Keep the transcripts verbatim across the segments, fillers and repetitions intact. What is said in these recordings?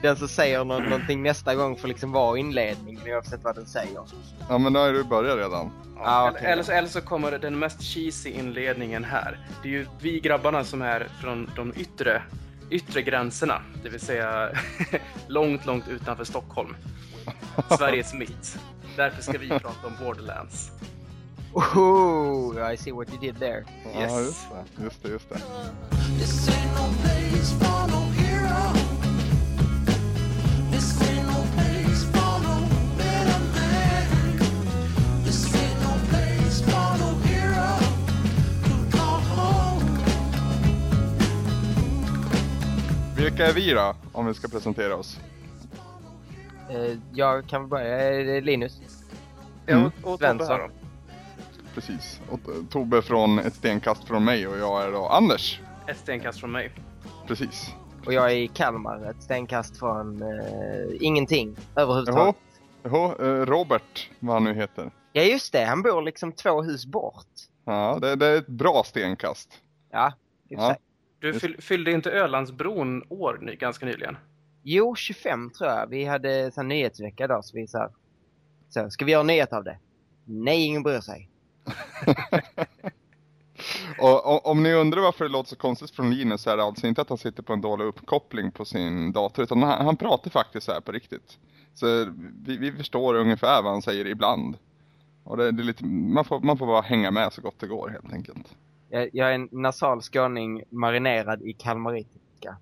den som säger nå- någonting nästa gång får liksom vara inledningen oavsett vad den säger. Ja, men då är du börjat redan. Ja, Ah, eller, okej. eller, så, eller så kommer den mest cheesy inledningen här. Det är ju vi grabbarna som är från de yttre, yttre gränserna. Det vill säga långt, långt utanför Stockholm. Sveriges mitt. Därför ska vi prata om Borderlands. Oh, I see what you did there. Ja, Yes. just det, just det, just det. This ain't no place for no hero. This ain't no place for no better man. This ain't no place for no hero to call home. Vilka är vi då, om vi ska presentera oss? Eh, jag kan börja, eh, Linus. Ja, Mm. och, och Tobbe Svensson. här då. Precis. Och Tobbe från ett stenkast från mig och jag är då Anders. Ett stenkast från mig. Precis. Och jag är i Kalmar, ett stenkast från eh, ingenting Jaha, överhuvudtaget. Jaha, eh, Robert, vad han nu heter. Ja just det, han bor liksom två hus bort. Ja, det, det är ett bra stenkast. Ja, i och för Ja. sig. Du fyll, fyllde inte Ölandsbron år ny, ganska nyligen? Jo, tjugofem tror jag. Vi hade en nyhetsvecka då, så vi så här, så ska vi göra nyhet av det? Nej, ingen bryr sig. Och, och om ni undrar varför det låter så konstigt från Linus så är det alltså inte att han sitter på en dålig uppkoppling på sin dator, utan han, han pratar faktiskt så här på riktigt. Så vi, vi förstår ungefär vad han säger ibland. Och det, det är lite, man, får, man får bara hänga med så gott det går helt enkelt. Jag, jag är en nasal skåning marinerad i kalmaritika.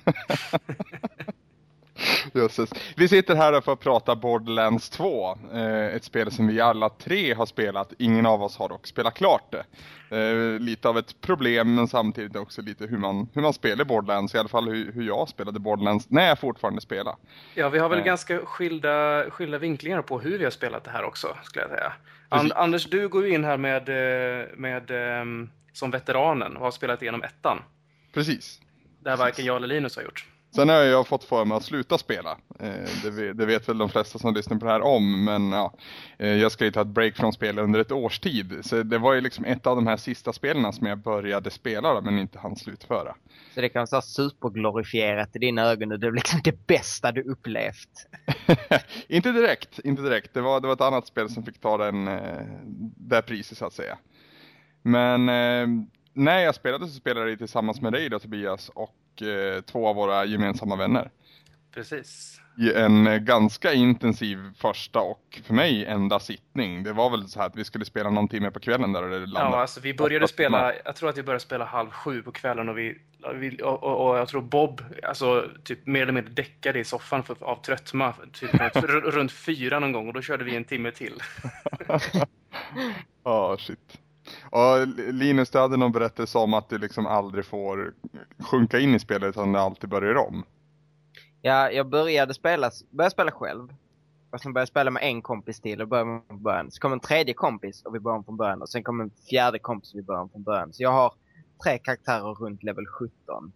Jösses. Vi sitter här för att prata Borderlands två. Eh, ett spel som vi alla tre har spelat. Ingen av oss har dock spelat klart det. Eh, lite av ett problem, men samtidigt också lite hur man, hur man spelar Borderlands. I alla fall hur, hur jag spelade Borderlands när jag fortfarande spelar. Ja, vi har väl Nej. ganska skilda, skilda vinklingar på hur vi har spelat det här också, skulle jag säga. Precis. And, Anders, du går ju in här med, eh, med ehm, som veteranen och har spelat igenom ettan. Precis. Det här varken jag eller Linus har gjort. Sen har jag fått för mig att sluta spela. Eh, det, vet, det vet väl de flesta som lyssnar på det här om. Men ja, eh, jag ska ju ta ett break från spel under ett års tid. Så det var ju liksom ett av de här sista spelen som jag började spela då, men inte hann slutföra. Så det kan vara superglorifierat i dina ögon och det är liksom det bästa du upplevt. Inte direkt, inte direkt. Det var, det var ett annat spel som fick ta den, eh, det priset så att säga. Men eh, när jag spelade så spelade jag tillsammans med dig då, Tobias, och eh, två av våra gemensamma vänner. Precis. I en eh, ganska intensiv första och för mig enda sittning. Det var väl så här att vi skulle spela någon timme på kvällen där och det landade. Ja, alltså vi började spela, jag tror att vi började spela halv sju på kvällen och vi, vi och, och, och jag tror Bob, alltså typ mer eller mindre däckade i soffan för, av tröttma, typ r- runt fyra någon gång och då körde vi en timme till. Ja, oh, shit. Och Linus, du hade någon berättelse om att du liksom aldrig får sjunka in i spelet utan det alltid börjar om. Ja, jag började spela, började spela själv. Och sen började jag spela med en kompis till och började med från början. Så kom en tredje kompis och vi började från början. Och sen kom en fjärde kompis och vi började från början. Så jag har tre karaktärer runt level sjutton.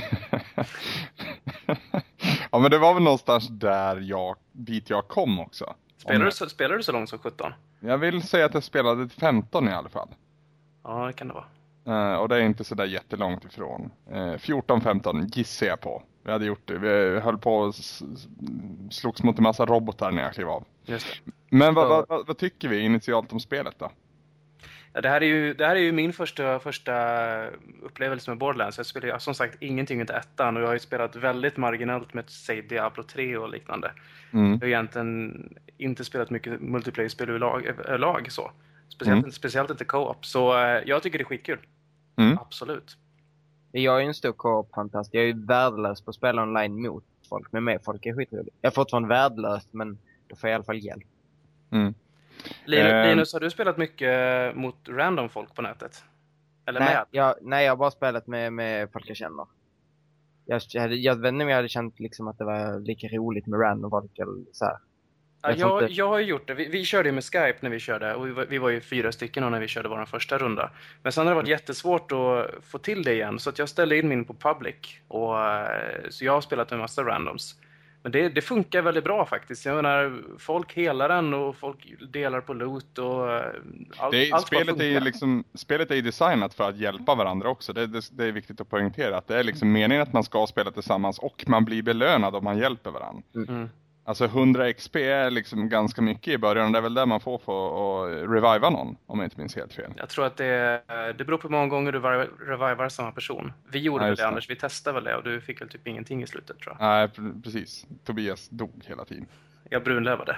Ja, men det var väl någonstans där jag, dit jag kom också. Spelar du, så, spelar du så långt som sjutton? Jag vill säga att jag spelade till femton i alla fall. Ja, det kan det vara. Uh, och det är inte så där jättelångt ifrån. Uh, fjorton femton gissar jag på. Vi hade gjort det. Vi höll på och s- s- slogs mot en massa robotar när jag klev av. Just det. Men vad, vad, vad, vad tycker vi initialt om spelet då? Ja, det här är ju, det här är ju min första, första upplevelse med Borderlands. Jag spelar ju som sagt ingenting med ettan och jag har ju spelat väldigt marginellt med säg Diablo tre och liknande. Mm. Jag har egentligen inte spelat mycket multiplayer-spel överlag, överlag så. Speciellt, Mm. speciellt inte co-op. Så eh, jag tycker det är skitkul. Mm. Absolut. Jag är ju en stor co-op-fantast. Jag är ju värdelös på att spela online mot folk. Men med folk är skitroligt. Jag är fortfarande värdelös, men då får jag i alla fall hjälp. Mm. Linus, Eh. Linus, har du spelat mycket mot random folk på nätet? Eller Nej, med? jag, nej, jag har bara spelat med, med folk jag känner. Jag, jag, hade, jag vet inte om jag hade känt liksom att det var lika roligt med random folk eller så här. Ja, jag tror jag, inte- jag har ju gjort det. Vi, vi körde ju med Skype när vi körde. Och vi var, vi var ju fyra stycken när vi körde vår första runda. Men sen har det varit jättesvårt att få till det igen. Så att jag ställde in min på public. Och, eh, så jag har spelat med massa randoms. Men det, det funkar väldigt bra faktiskt. Jag menar, folk helar den och folk delar på loot och uh, all, det är, allt spelet, är ju liksom, spelet är ju designat för att hjälpa varandra också. Det, det, det är viktigt att poängtera att det är liksom meningen att man ska spela tillsammans och man blir belönad om man hjälper varandra. Mm. Alltså hundra X P är liksom ganska mycket i början och det är väl där man får för att reviva någon, om jag inte minns helt fel. Jag tror att det, det beror på hur många gånger du revivar samma person. Vi gjorde Nej, väl det, det. Anders, vi testade väl det och du fick väl typ ingenting i slutet, tror jag. Nej, precis. Tobias dog hela tiden. Jag brunlövade.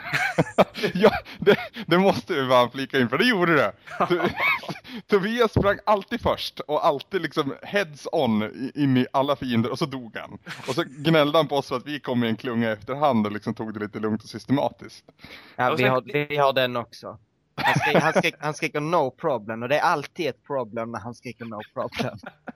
Ja, det, det måste vi bara flika in, för det gjorde det. Tobias sprang alltid först och alltid liksom heads on in i alla fiender och så dog han. Och så gnällde han på oss för att vi kom i en klunga efterhand och liksom tog det lite lugnt och systematiskt. Ja, vi har, vi har den också. Han, skri, han, skrik, han skriker no problem och det är alltid ett problem när han skriker no problem.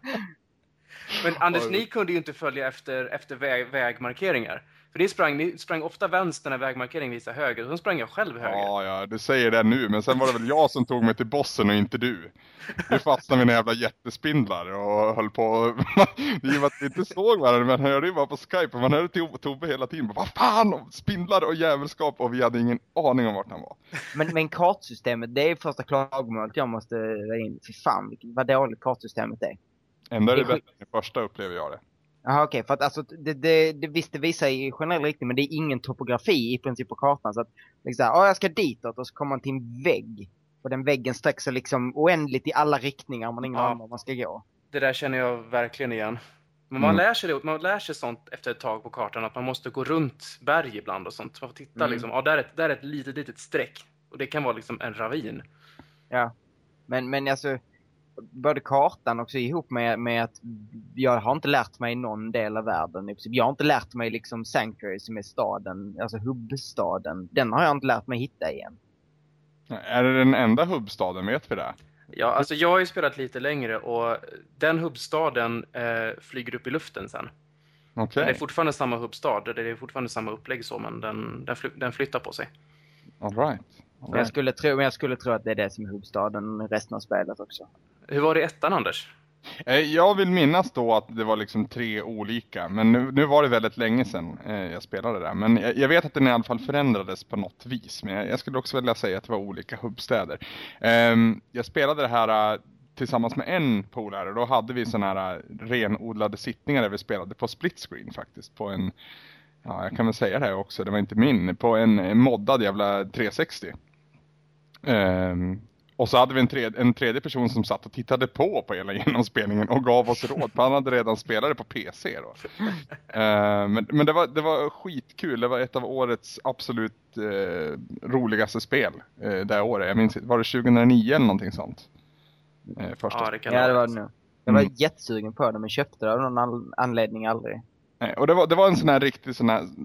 Men Anders, ni kunde ju inte följa efter, efter väg, vägmarkeringar. För ni sprang, ni sprang ofta vänster när vägmarkeringen visade höger. Och så sprang jag själv höger. Ja, ja, du säger det nu. Men sen var det väl jag som tog mig till bossen och inte du. Du fastnade med en jävla jättespindlar och höll på. Det är ju att vi inte såg varandra. Men hörde ju bara på Skype. Man hörde till Tobbe hela tiden. Vad fan? Spindlar och jävelskap. Och vi hade ingen aning om vart han var. Men, men kartsystemet, det är första klagomålet jag måste lägga in. Fy fan, vad dåligt kartsystemet är. Ändå är det, det bättre än det första, upplever jag det. Jaha, okej, okay, för att alltså, det, det, det, visst det visar i generell riktning, men det är ingen topografi i princip på kartan. Så att, liksom, åh, jag ska ditåt och så kommer man till en vägg. Och den väggen sträcker sig liksom oändligt i alla riktningar om man ingen ja. aning om man ska gå. Det där känner jag verkligen igen. Men man, mm. lär sig det, man lär sig sånt efter ett tag på kartan, att man måste gå runt berg ibland och sånt. Man får titta mm. liksom, ja, där är, ett, där är ett litet, litet streck. Och det kan vara liksom en ravin. Ja, men, men alltså... både kartan också ihop med, med att jag har inte lärt mig någon del av världen. Jag har inte lärt mig liksom Sanctuary som är staden, alltså hubbstaden. Den har jag inte lärt mig hitta igen. Är det den enda hubbstaden, vet vi det? Ja, alltså jag har ju spelat lite längre och den hubbstaden eh, flyger upp i luften sen. Okay. Det är fortfarande samma hubbstad, det är fortfarande samma upplägg så, men den, den, fly, den flyttar på sig. All right. All right. Jag skulle tro, men jag skulle tro att det är det som är hubbstaden resten av spelet också. Hur var det i ettan, Anders? Jag vill minnas då att det var liksom tre olika. Men nu, nu var det väldigt länge sedan eh, jag spelade där. Men jag, jag vet att den i alla fall förändrades på något vis. Men jag, jag skulle också vilja säga att det var olika hubbstäder. Eh, jag spelade det här uh, tillsammans med en polare. Då hade vi såna här uh, renodlade sittningar där vi spelade på split screen faktiskt. På en, ja jag kan väl säga det också, det var inte min. På en, en moddad jävla trehundrasextio. Eh, Och så hade vi en tredje, en tredje person som satt och tittade på på hela genomspelningen och gav oss råd. För han hade redan spelat det på P C då. uh, men men det, var, det var skitkul. Det var ett av årets absolut uh, roligaste spel uh, det året. Jag minns, var det tjugohundranio eller någonting sånt? Uh, första. Ja, det, kan ja, det var det nu. Jag var mm. jättesugen på det, men köpte det av någon anledning aldrig. Uh, och det var, det var en sån här riktig sån här...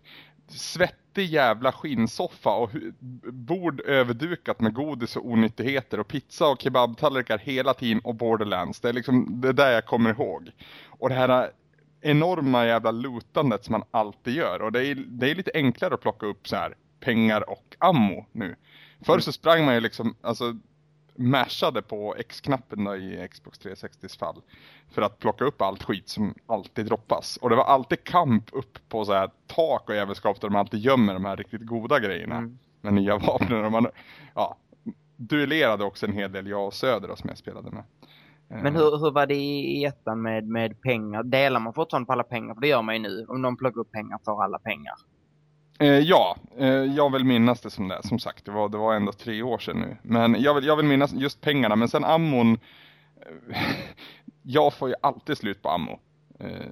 svettig jävla skinnsoffa och bord överdukat med godis och onyttigheter och pizza och kebabtallrikar hela tiden och Borderlands. Det är liksom det där jag kommer ihåg. Och det här enorma jävla lootandet som man alltid gör. Och det är, det är lite enklare att plocka upp så här pengar och ammo nu. Förr så sprang man ju liksom, alltså mashade på X-knappen då i Xbox trehundrasextios fall för att plocka upp allt skit som alltid droppas. Och det var alltid kamp upp på så här tak och jävelskap där de alltid gömmer de här riktigt goda grejerna mm. med nya vapen. Och man, ja, duellerade också en hel del, jag och Söder då, som jag spelade med. Men hur, hur var det i ettan med, med pengar? Delar man fortfarande på alla pengar? För det gör man ju nu. Om någon plockar upp pengar får alla pengar. Eh, ja, eh, jag vill minnas det som det. Som sagt, det var, det var ändå tre år sedan nu. Men jag vill, jag vill minnas just pengarna. Men sen ammon... Eh, jag får ju alltid slut på ammo. Eh,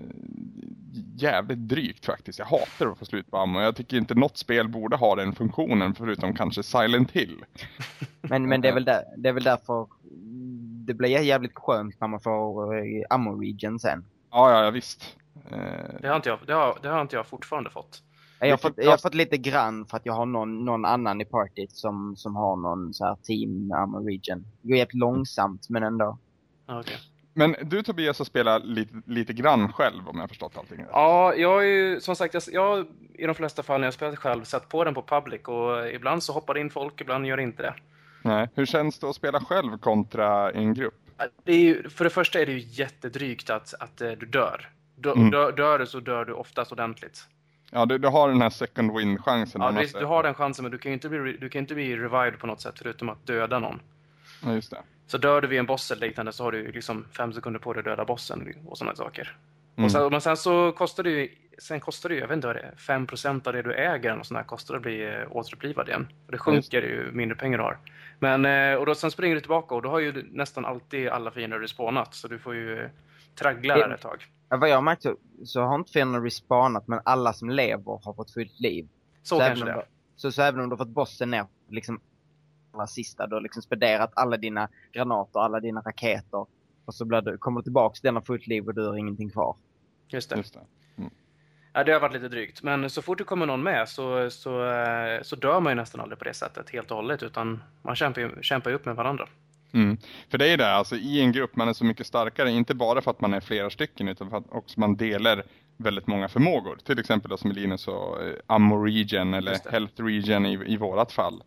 jävligt drygt faktiskt. Jag hatar att få slut på ammo. Jag tycker inte något spel borde ha den funktionen förutom kanske Silent Hill. Men, men det, är väl där, det är väl därför det blir jävligt skönt när man får eh, ammo-region sen. Ja, ja, ja visst. Eh, det, har inte jag, det, har, det har inte jag fortfarande fått. Jag har fått, jag har fått lite grann för att jag har någon, någon annan i partyt som, som har någon så här team ammo region. Det går jävligt långsamt men ändå. Okay. Men du Tobias har spelat lite, lite grann själv om jag har förstått allting. Ja, jag är ju som sagt, jag, jag i de flesta fall när jag spelat själv satt på den på public och ibland så hoppar in folk, ibland gör inte det. Nej, hur känns det att spela själv kontra en grupp? Det är ju, för det första är det ju jättedrygt att, att du dör. Dör, mm. dör, dör du så dör du oftast ordentligt. Ja, du, du har den här second win-chansen. Ja, annars visst, är- du har den chansen, men du kan ju inte bli, re- du kan inte bli revived på något sätt förutom att döda någon. Ja, just det. Så dör du vid en boss eller liknande så har du liksom fem sekunder på dig att döda bossen och sådana saker. Mm. Och sen, men sen så kostar det ju, sen kostar det ju, jag vet inte vad det är, fem procent av det du äger och sånt här kostar det att bli eh, återupplivad igen. Och det sjunker ju mindre pengar du har. Men, eh, och då sen springer du tillbaka och då har ju nästan alltid alla fiender respawnat. Så du får ju eh, traggla där ett tag. Ja, vad jag har märkt så, så har inte fienderna respawnat, men alla som lever har fått fullt liv. Så även kanske om det. du- Så, så även om du har fått bossen ner, liksom alla sista, du har liksom spenderat alla dina granater, alla dina raketer. Och så blir du, kommer du tillbaka, den har fullt liv och du har ingenting kvar. Just det. Just det. Ja, det har varit lite drygt. Men så fort det kommer någon med så, så, eh, så dör man ju nästan aldrig på det sättet helt och hållet. Utan man kämpar ju, kämpar ju upp med varandra. Mm. För det är det, alltså i en grupp man är så mycket starkare, inte bara för att man är flera stycken utan för att också man delar väldigt många förmågor. Till exempel då som Linus och eh, Ammo Regen eller Just det. Health Regen i, i vårat fall.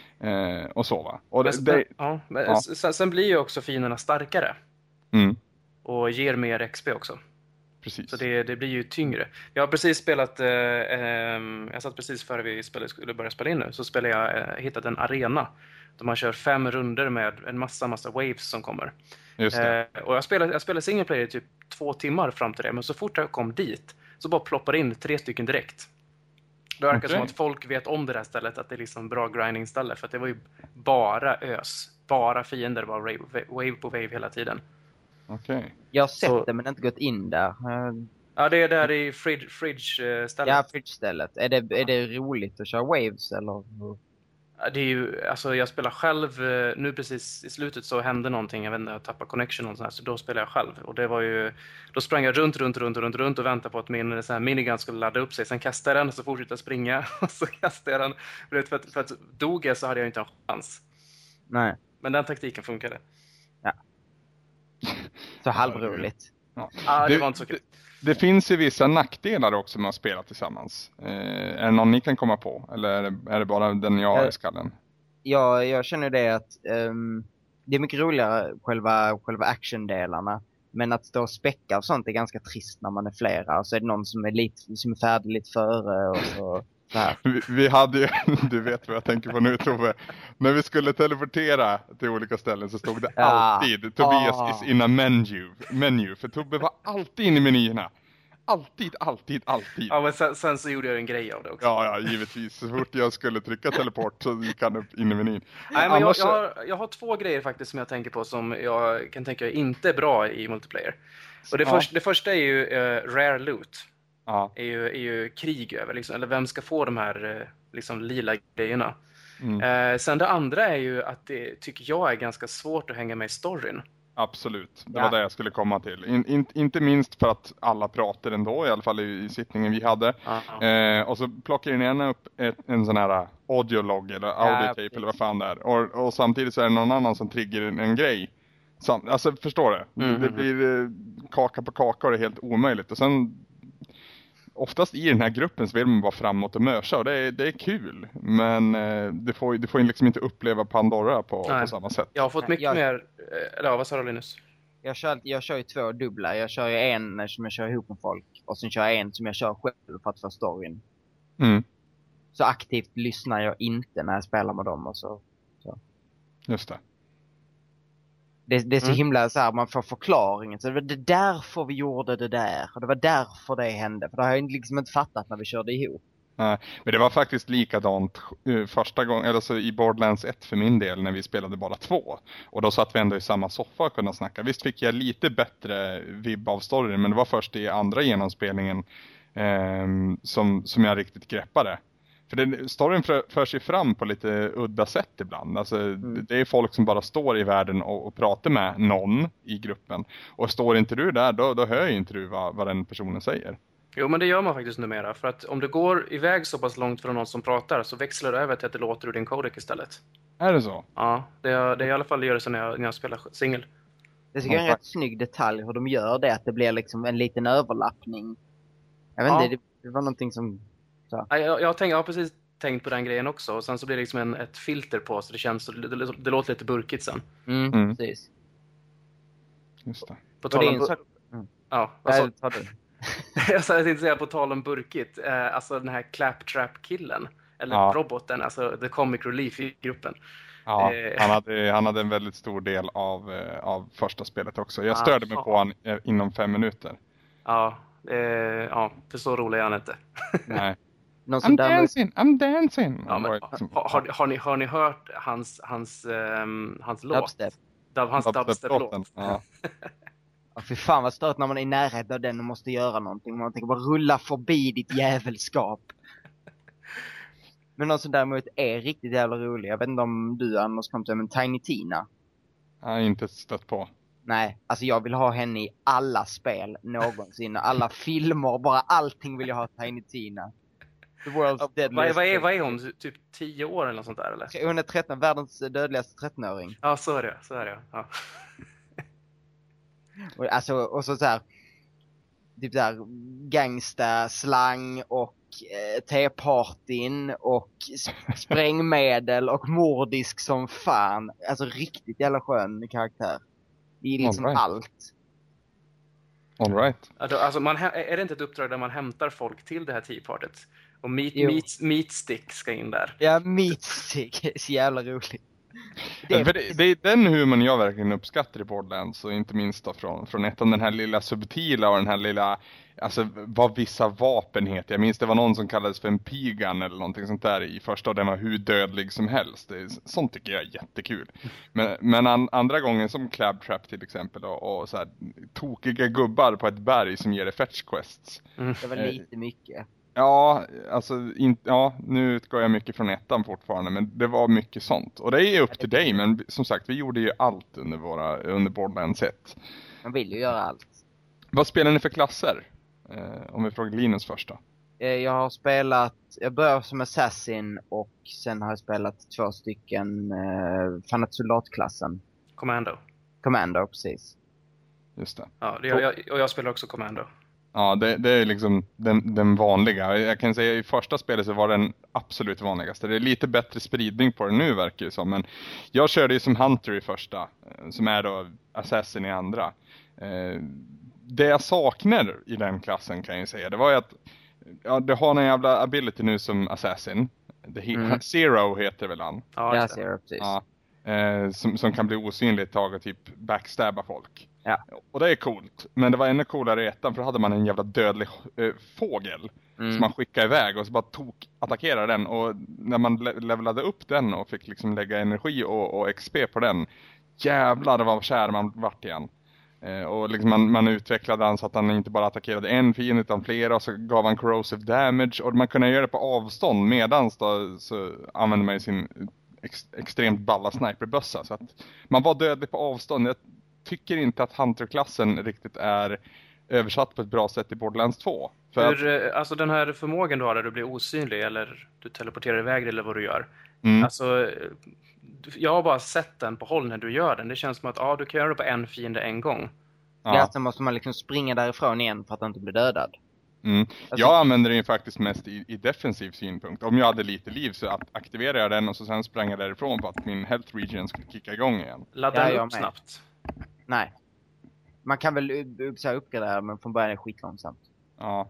Eh, och så va. Och det, Men, det, ja, men ja. Sen, sen blir ju också fienderna starkare. mm, Och ger mer X P också. precis. Så det, det blir ju tyngre. Jag har precis spelat, eh, eh, jag satt precis före vi spelade, skulle börja spela in nu, så spelade jag, eh, hittat en arena. Där man kör fem runder med en massa, massa waves som kommer. Just det. Eh, och jag spelade, jag spelade single player i typ två timmar fram till det. Men så fort jag kom dit så bara ploppar in tre stycken direkt. Det verkar Okej. som att folk vet om det där stället, att det är liksom bra grinding ställe. För att det var ju bara ös. Bara fiender, var wave, wave på wave hela tiden. Okej. Jag har sett Så- det men inte gått in där. Eh, Ja, det är där i fridge, fridge eh, stället. Ja, fridge-stället. Är det, är det roligt att köra waves eller? hur? Ja, det är ju, alltså jag spelar själv, eh, nu precis i slutet så hände någonting, jag vet inte, jag tappade connection och sånt här, så då spelade jag själv. Och det var ju, då sprang jag runt, runt, runt, runt, runt och väntade på att min så här minigun skulle ladda upp sig. Sen kastade jag den och så fortsatte jag springa och så kastade jag den. Du vet, För att, för att dog jag så hade jag inte en chans. Nej. Men den taktiken funkade. Så halvroligt. Ja. Ja, det Det- var inte så kul. Det finns ju vissa nackdelar också med att spela tillsammans. Eh, är det någon ni kan komma på? Eller är det, är det bara den jag har i skallen? Jag, jag känner det att ehm, det är mycket roligare själva, själva actiondelarna. Men att stå och späcka och sånt är ganska trist när man är flera. Och så är det någon som är, lite, som är färdig lite före och så, så här. Vi, vi hade ju, du vet vad jag tänker på nu Tove. När vi skulle teleportera till olika ställen så stod det Ja. alltid Tobias Ah. is in a menu, menu. För Tobbe var alltid inne i menyerna. Alltid, alltid, alltid. Ja, men sen, sen så gjorde jag en grej av det också. Ja, ja, givetvis. Så fort jag skulle trycka teleport så gick han upp in i menyn. Nej, men jag, Annars jag, så- har, jag har två grejer faktiskt som jag tänker på som jag kan tänka inte är bra i multiplayer. Och det, Ja. först, det första är ju eh, rare loot. Ja. Är ju, är ju krig över, liksom. Eller vem ska få de här eh, liksom, lila grejerna. Mm. Eh, sen det andra är ju att det tycker jag är ganska svårt att hänga med i storyn. Absolut, det Ja. var det jag skulle komma till. In, in, inte minst för att alla pratar ändå, i alla fall i, i sittningen vi hade. Ja. Eh, och så plockar den ena upp ett, en sån här audiolog eller audiotape precis. eller vad fan det är. Och, och samtidigt så är det någon annan som trigger en, en grej. Sam, alltså förstår du? Mm, Det mm, blir eh, kaka på kaka och det är helt omöjligt. Och sen oftast i den här gruppen så vill man bara framåt och mörsa och det är, det är kul. Men eh, du får, du får liksom inte uppleva Pandora på, Nej. på samma sätt. Jag har fått Nej, mycket jag- mer... eh, Eller ja, vad sa du Linus? Jag kör, jag kör ju två dubbla. Jag kör ju en som jag kör ihop med folk. Och sen kör jag en som jag kör själv för att få storyn. Mm, Så aktivt lyssnar jag inte när jag spelar med dem. Och så. just det. Det, det är så Mm. himla så här, man får förklaringen. Så det var det därför vi gjorde det där. Och det var därför det hände. För det har jag liksom inte fattat när vi körde ihop. Nej, men det var faktiskt likadant uh, första gången, eller så i Borderlands ett för min del när vi spelade bara två. Och då satt vi ändå i samma soffa och kunde snacka. Visst fick jag lite bättre vibb av storyn, men det var först i andra genomspelningen um, som, som jag riktigt greppade. För det, storyn för, för sig fram på lite udda sätt ibland. Alltså, Mm. det, det är folk som bara står i världen och, och pratar med någon i gruppen. Och står inte du där, då, då hör ju inte du vad, vad den personen säger. Jo, men det gör man faktiskt numera. För att om du går iväg så pass långt från någon som pratar så växlar du över till att det låter ur din codec istället. Är det så? Ja, det är, det är i alla fall det gör det så när jag, när jag spelar singel. Det tycker jag är en rätt snygg detalj hur de gör det. Att det blir liksom en liten överlappning. Jag vet Ja. inte, det, det var någonting som... Ja, jag, jag, tänk, jag har precis tänkt på den grejen också. Och sen så blir det liksom en, ett filter på så det känns det, det, det låter lite burkigt sen. Mm, Mm. precis. Just det. På Och tal det är om en bur- sak... Ja, vad sa- Nej, ta du. Jag tänkte säga på tal om burkigt, eh, alltså den här Claptrap-killen, eller Ja. roboten, alltså the comic relief i gruppen. Ja, Eh. han hade, han hade en väldigt stor del av, eh, av första spelet också. Jag Ah, störde mig fan. på han eh, inom fem minuter. Ja, eh, ja, för så rolig är han inte. Nej. Någon som I'm däremot, dancing, I'm dancing. Ja, Han var men, ju liksom- har, har, har, ni, har ni hört hans, hans, ehm, hans låt? Dubstep. Dub, hans Dubstep-låten. dubstep-låt. Ja. Ja, fy fan vad stört när man är i närheten av den och måste göra någonting. Man tänker bara rulla förbi ditt jävelskap. Men någon som däremot är riktigt jävla rolig. Jag vet inte om du Anders kom till, men Tiny Tina. Jag har inte stött på. Nej, alltså jag vill ha henne i alla spel någonsin. Alla filmer, bara allting vill jag ha Tiny Tina. The world's Vad, deadliest. vad, är, vad är hon? Typ tio år eller något sånt där, eller? Hon är tretton, världens dödligaste trettonåring. Ja, så är det. Så är det, ja. Och, alltså, och så, så här, typ där gangsta, slang och eh, tepartyn och sp- sprängmedel och mordisk som fan. Alltså riktigt jävla skön karaktär. I liksom All right. allt. All right. Alltså, alltså man, hä- är det inte ett uppdrag där man hämtar folk till det här teapartyt? Och meat, Jo. meat, meat stick ska in där. Ja, Meatstick är så jävla roligt. Det Det, är, för det, det är den humorn jag verkligen uppskattar i Borderlands, och inte minst då från, från ettan, den här lilla subtila och den här lilla, alltså vad vissa vapen heter. Jag minns det var någon som kallades för en pigan eller någonting sånt där i första, och den var hur dödlig som helst. Det är, sånt tycker jag är jättekul. Men, men an, andra gången som Claptrap till exempel och, och så här tokiga gubbar på ett berg som ger dig fetch quests. det var lite mycket. Ja, alltså in, ja, nu utgår jag mycket från ettan fortfarande, men det var mycket sånt. Och det är upp till dig, men som sagt, vi gjorde ju allt under våra under Borderlands ett. Man vill ju göra allt. Vad spelar ni för klasser? Eh, om vi frågar Linus först då. Eh, Jag har spelat, jag började som assassin och sen har jag spelat två stycken eh, fanatsoldatklassen. Commando. Commando, precis. Just det. Ja, det, och, jag, och jag spelar också Commando. Ja, det, det är liksom den, den vanliga. Jag kan säga i första spelet så var den absolut vanligaste. Det är lite bättre spridning på det nu verkar det som. Men jag körde ju som Hunter i första, eh, som är då Assassin i andra. Eh, det jag saknar i den klassen kan jag säga, det var ju att ja, det har en jävla ability nu som Assassin. Det he- Mm. Zero heter väl han. Ja, Jag just det. ser det, precis. Ja, eh, som, som kan bli osynlig ett tag och typ backstabba folk. Ja. Och det är coolt. Men det var ännu coolare i ettan, för då hade man en jävla dödlig eh, fågel Mm. som man skickade iväg och så bara tok attackerade den. Och när man le- levelade upp den och fick liksom lägga energi och, och X P på den, jävlar vad kär man vart igen. Eh, och liksom man, man utvecklade han så att han inte bara attackerade en fiende utan flera, och så gav han corrosive damage, och man kunde göra det på avstånd, medans då så använde man ju sin ex, extremt balla sniperbössa, så att man var dödlig på avstånd. Jag tycker inte att Hunter-klassen riktigt är översatt på ett bra sätt i Borderlands två. För att, Hur, eh, alltså den här förmågan du har där du blir osynlig eller du teleporterar iväg eller vad du gör. mm, Alltså, eh, jag har bara sett den på håll när du gör den. Det känns som att ja, du kan göra det på en fiende en gång. Ja, ja, sen måste man liksom springa därifrån igen för att inte bli dödad. mm. Alltså- Jag använder den ju faktiskt mest i, i defensiv synpunkt. Om jag hade lite liv så att aktiverar jag den och så sen sprang jag därifrån på att min health region skulle kicka igång igen. Ladda Ja, den jag upp med. snabbt. Nej. Man kan väl upp, upp, så här uppgradera, men från början är det skitlångsamt. Ja,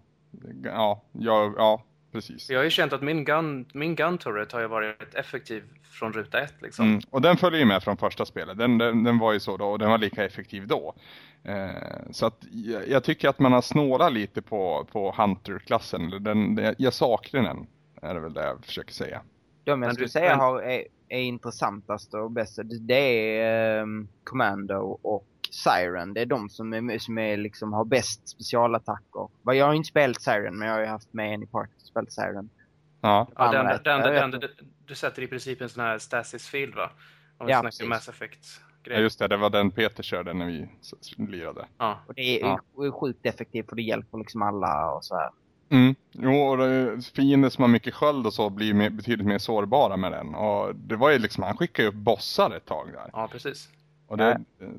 ja, ja, ja precis. Jag har ju känt att min gun, min gun turret har ju varit effektiv från ruta ett liksom. Mm. Och den följer ju med från första spelet. Den, den, den var ju så då, och den var lika effektiv då. Eh, så att jag, jag tycker att man har snålat lite på, på Hunter-klassen. Den, den, jag saknar den, är det väl det jag försöker säga. De jag Men skulle du- säga men- har, är, är intressantast och bäst, det, det är um, Commando och Siren. Det är de som, är, som är, liksom, har bäst specialattacker. Vad Jag har inte spelat Siren, men jag har ju haft med en i party och spelat Siren. Ja, Ja, den, Andra. den, den, Jag den, vet du, du sätter i princip en sån här stasis field, va? Om vi Ja, snackar precis. Mass Effect ja, grej. just det. Det var den Peter körde när vi s- s- lirade. Ja. Och det är Ja. sjukt effektivt för det hjälper liksom alla och så här. Mm. Jo, och det, fiender som har mycket sköld och så blir mer, betydligt mer sårbara med den. Och det var ju liksom, han skickade upp bossar ett tag där. ja, precis. Och det,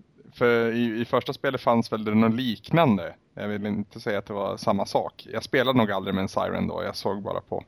för i, i första spelet fanns väl det något liknande. Jag vill inte säga att det var samma sak. Jag spelade nog aldrig med en Siren då. Jag såg bara på,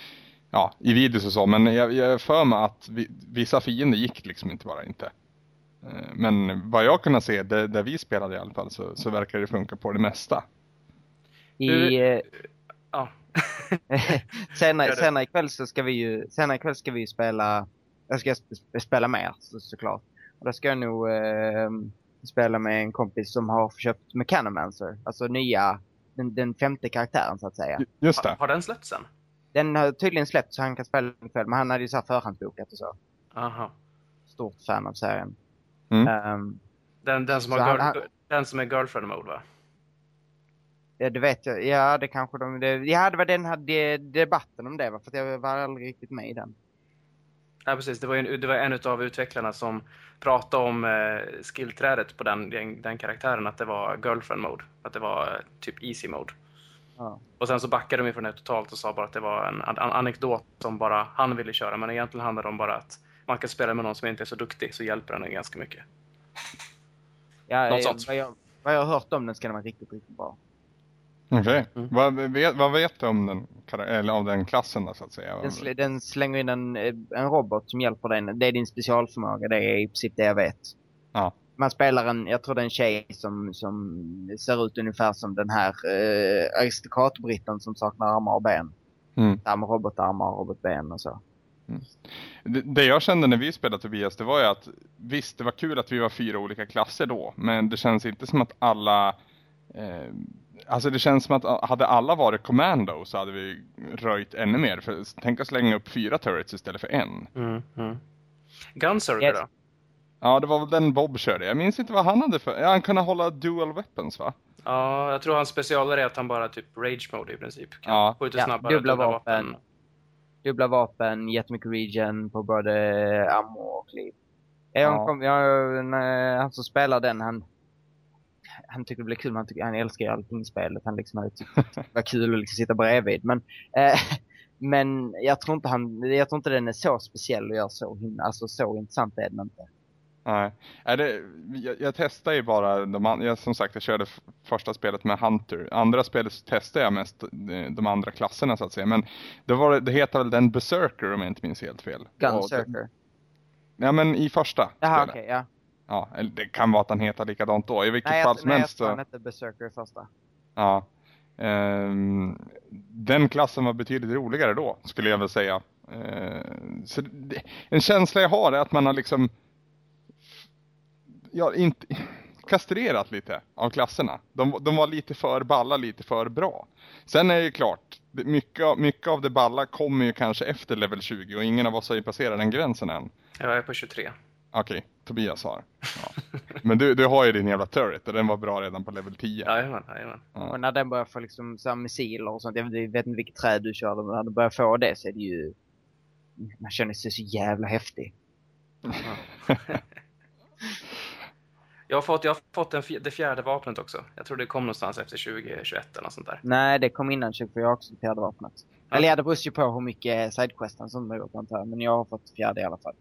ja, i videos och så. Men jag, jag för mig att vi, vissa fiender gick liksom inte bara inte. Eh, Men vad jag kunde se, det, där vi spelade i alla fall, så, så verkar det funka på det mesta. I, Du- eh, Ja. senare, Gör det. senare ikväll så ska vi ju, senare ikväll ska vi ju spela, jag ska sp- spela mer så, såklart. Och då ska jag nog eh, spela med en kompis som har köpt Mechanomancer, alltså nya, den, den femte karaktären så att säga. Just Har, det. har den släppts sen? Den har tydligen släppt så han kan spela den ikväll, men han hade ju så här förhandsbokat och så. Aha. Stort fan av serien. Mm. Ehm, Den, den, som Så har han- girl, han- den som är girlfriend mode, va? ja, det vet jag. Ja, det kanske de... Det, ja, det var den hade debatten om det, va? För att jag var aldrig riktigt med i den. Ja, precis. Det var, en, det var en av utvecklarna som pratade om eh, skillträdet på den, den, den karaktären, att det var girlfriend mode. Att det var eh, typ easy mode. Ja. Och sen så backade de ifrån det totalt och sa bara att det var en, an- anekdot som bara han ville köra. Men egentligen handlar det om bara att man kan spela med någon som inte är så duktig, så hjälper den ganska mycket. Ja, Något eh, sånt. vad, jag, vad jag har hört om den ska den vara riktigt, riktigt bra. Okej. Mm. Vad, vet, vad vet du om den, kara- eller av den klassen då, så att säga? Den, sl- den slänger in en, eh, en robot som hjälper dig. Det är din specialförmåga, det är i princip det jag vet. Ja. Man spelar en, jag tror det är en tjej som, som ser ut ungefär som den här eh, aristokratbritten som saknar armar och ben. Mm. Där med robotarmar och robotben och så. Det, det jag kände när vi spelade Tobias, det var ju att visst, det var kul att vi var fyra olika klasser då, men det känns inte som att alla eh, alltså det känns som att hade alla varit commando så hade vi röjt ännu mer, för tänk att slänga upp fyra turrets istället för en. Mm, mm. Gunsurger Yes. då? Ja, det var väl den Bob körde. Jag minns inte vad han hade för, ja, han kunde hålla dual weapons, va? Ja, jag tror hans specialare är att han bara typ rage mode i princip. Kan Ja. skjuta Ja, snabbare, dubbla vapen. Dubbla vapen, jättemycket regen på både ammo och liv. Jag, Ja. kom, jag, när, han som spelar den, han han tycker det blir kul, men han, tycker, han älskar ju allting i spelet. Han liksom hade tyckt att det var kul att liksom sitta bredvid. Men, eh, men jag tror inte han, jag tror inte den är så speciell och gör så, alltså så intressant är den inte. Nej, är det, jag, jag testar ju bara de, an- jag, som sagt jag körde f- första spelet med Hunter. Andra spelet så testade jag mest de, de andra klasserna så att säga. Men det, var, det heter väl den Berserker om jag inte minns helt fel. Och det- Gunsurger. Ja, men i första Jaha, spelet. okej, ja. Ja, eller det kan vara att han heter likadant då. I vilket Nej, fall jag, som nej, jag helst tror så, han hette Berserker första. ja. Ehm, den klassen var betydligt roligare då, skulle jag väl säga. Ehm, så det, en känsla jag har är att man har liksom ja, inte kastrerat lite av klasserna. De, de var lite för balla, lite för bra. Sen är det ju klart, det- mycket, av- mycket av det balla kommer ju kanske efter level tjugo och ingen av oss har ju passerat den gränsen än. Jag är på tjugotre. Okej, Tobias har. Ja. Men du, du har ju din jävla turret och den var bra redan på level tio. Jajamän, jajamän. Ja. Och när den börjar få liksom så här missiler och sånt, jag vet, jag vet inte vilket träd du kör, men när du börjar få det så är det ju, man känner sig så jävla häftig. Jag har fått, jag har fått den, f- det fjärde vapnet också. Jag tror det kom någonstans efter tjugo tjugoett eller något sånt där. Nej, det kom innan tjugo, för jag har också fjärde vapnet. Ja. Eller ja, det beror ju på hur mycket sidequesten som har gjort antar jag, men jag har fått fjärde i alla fall.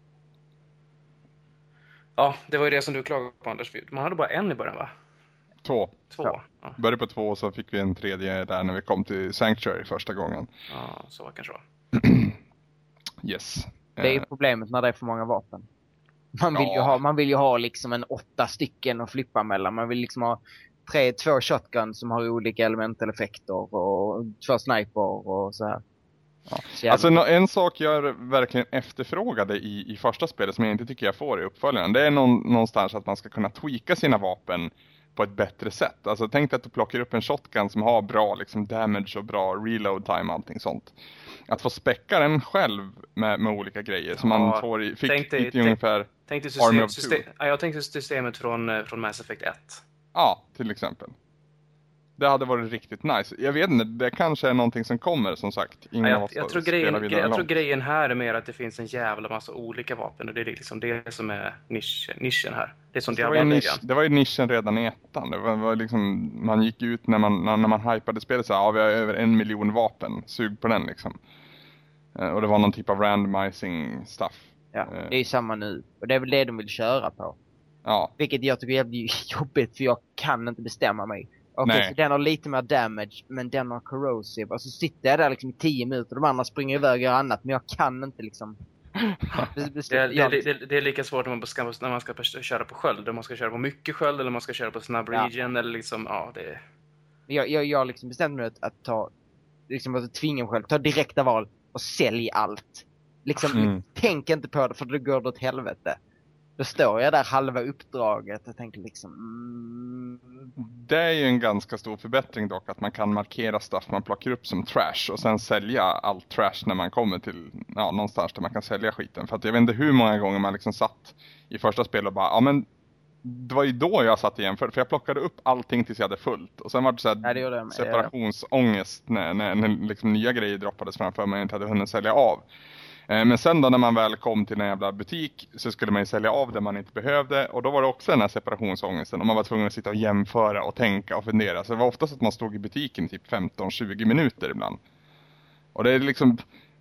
Ja, det var ju det som du klagade på, Anders. Man hade bara en i början, va? Två. Två. Ja. Ja, Började på två och så fick vi en tredje där när vi kom till Sanctuary första gången. ja så var det kanske var. Yes. Det är ju Eh, problemet när det är för många vapen. Man vill, Ja. ju, ha, man vill ju ha liksom en åtta stycken att flippa mellan. Man vill liksom ha tre, två shotguns som har olika elementeleffekter och två sniper och så här. Ja. Så jävla- Alltså nå- en sak jag verkligen efterfrågade i, i första spelet som jag inte tycker jag får i uppföljaren. Det är någon, någonstans att man ska kunna tweaka sina vapen på ett bättre sätt. Alltså tänk dig att du plockar upp en shotgun som har bra liksom, damage och bra reload time och allting sånt. Att få späcka den själv med, med olika grejer som Ja, man får i, fick tänk dig- i tänk- ungefär, Tänkte Army system, of system, Two. ja, jag tänkte systemet från, eh, från Mass Effect ett. ja till exempel. Det hade varit riktigt nice. Jag vet inte, det kanske är någonting som kommer som sagt. Ingen Ja, av jag, oss jag, har tror spelat grejen, vidare jag tror långt. grejen här är mer att det finns en jävla massa olika vapen. Och det är liksom det som är nisch, nischen här. Det är som Det var, ju Diablo nisch, det var ju nischen redan i ettan. Det var, var liksom, man gick ut när man, när, när man hypade spelet så här, ja vi har över en miljon vapen. Sug på den liksom. Eh, och det var någon typ av randomizing stuff. Ja, Eh. det är ju samma nu. Och det är väl det de vill köra på. Ja, Vilket jag tycker är jävligt jobbigt, för jag kan inte bestämma mig. Okej, Nej. så den har lite mer damage, men den har corrosive. Och så sitter jag där liksom i tio minuter, de andra springer iväg och gör annat, men jag kan inte liksom... Bes- bes- Det är, det, jag- är, det, är, det är lika svårt när man ska, när man ska köra på sköld. Om man ska köra på mycket sköld eller man ska köra på snabb Ja. region eller liksom, ja det är... Jag, jag, jag liksom bestämde mig att, att ta, liksom att tvinga mig själv, ta direkta val och sälj allt. Liksom, Mm. tänk inte på det för då går det åt helvete. Då står jag där halva uppdraget och tänker liksom... Mm, Det är ju en ganska stor förbättring dock, att man kan markera stuff man plockar upp som trash och sen sälja allt trash när man kommer till ja, någonstans där man kan sälja skiten. För att jag vet inte hur många gånger man liksom satt i första spel och bara, ja men det var ju då jag satt igen, för, för jag plockade upp allting tills jag hade fullt. Och sen var det så här Ja, det gjorde jag med. separationsångest när, när, när liksom nya grejer droppades framför mig och inte hade hunnit sälja av. Men sen då när man väl kom till en jävla butik så skulle man ju sälja av det man inte behövde. Och då var det också den här separationsångesten. Och man var tvungen att sitta och jämföra och tänka och fundera. Så det var oftast att man stod i butiken typ femton tjugo minuter ibland. Och det är liksom...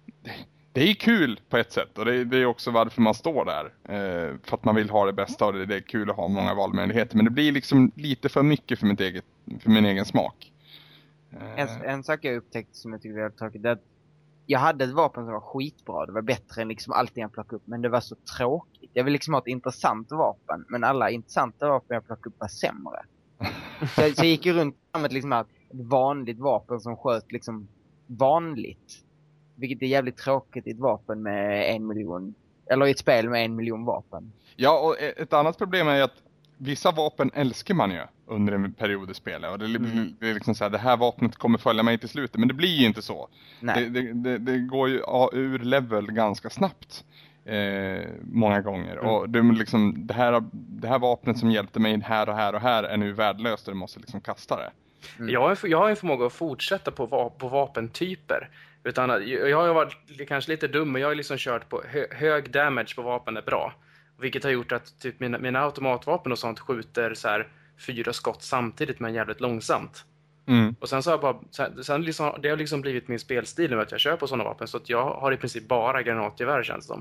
Det är kul på ett sätt. Och det är, det är också varför man står där. Eh, för att man vill ha det bästa och det, det är kul att ha många valmöjligheter. Men det blir liksom lite för mycket för, mitt eget, för min egen smak. Eh. En, en sak jag upptäckte som jag tycker var väldigt tråkigt, det är att jag hade ett vapen som var skitbra. Det var bättre än liksom allting jag plockade upp. Men det var så tråkigt. Jag vill liksom ha ett intressant vapen. Men alla intressanta vapen jag plockade upp var sämre. så, så jag gick ju runt med ett, liksom, ett vanligt vapen som sköt liksom vanligt. Vilket är jävligt tråkigt i ett vapen med en miljon. Eller i ett spel med en miljon vapen. Ja, och ett annat problem är att vissa vapen älskar man ju under en period i spelet. Och det, Mm. det är liksom så här, det här vapnet kommer följa mig till slutet. Men det blir ju inte så. Nej. Det, det, det, det går ju ur level ganska snabbt. Eh, många gånger. Mm. Och det, är liksom, det, här, det här vapnet som hjälpte mig här och här och här är nu värdelöst och du måste liksom kasta det. Mm. Jag, har en, för- jag har en förmåga att fortsätta på, va, på vapentyper. Utan att, jag har ju varit kanske lite dum, men jag har liksom kört på hö, hög damage på vapen är bra. Vilket har gjort att typ mina, mina automatvapen och sånt skjuter så här fyra skott samtidigt men jävligt långsamt. Mm. Och sen så har jag bara, sen, sen liksom, det har liksom blivit min spelstil nu att jag kör på sådana vapen. Så att jag har i princip bara granatgevär känns det som.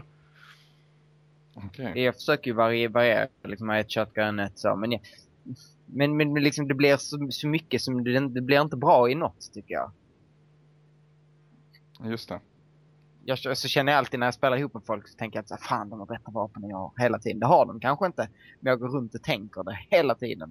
Okay. Jag försöker ju variera, variera liksom ett shotgun, ett så. Men, jag, men, men liksom det blir så, så mycket som det, det blir inte bra i något tycker jag. Just det. Jag så känner jag alltid när jag spelar ihop med folk så tänker jag att så, fan de har bättre vapen än jag har hela tiden. Det har de kanske inte, men jag går runt och tänker det hela tiden.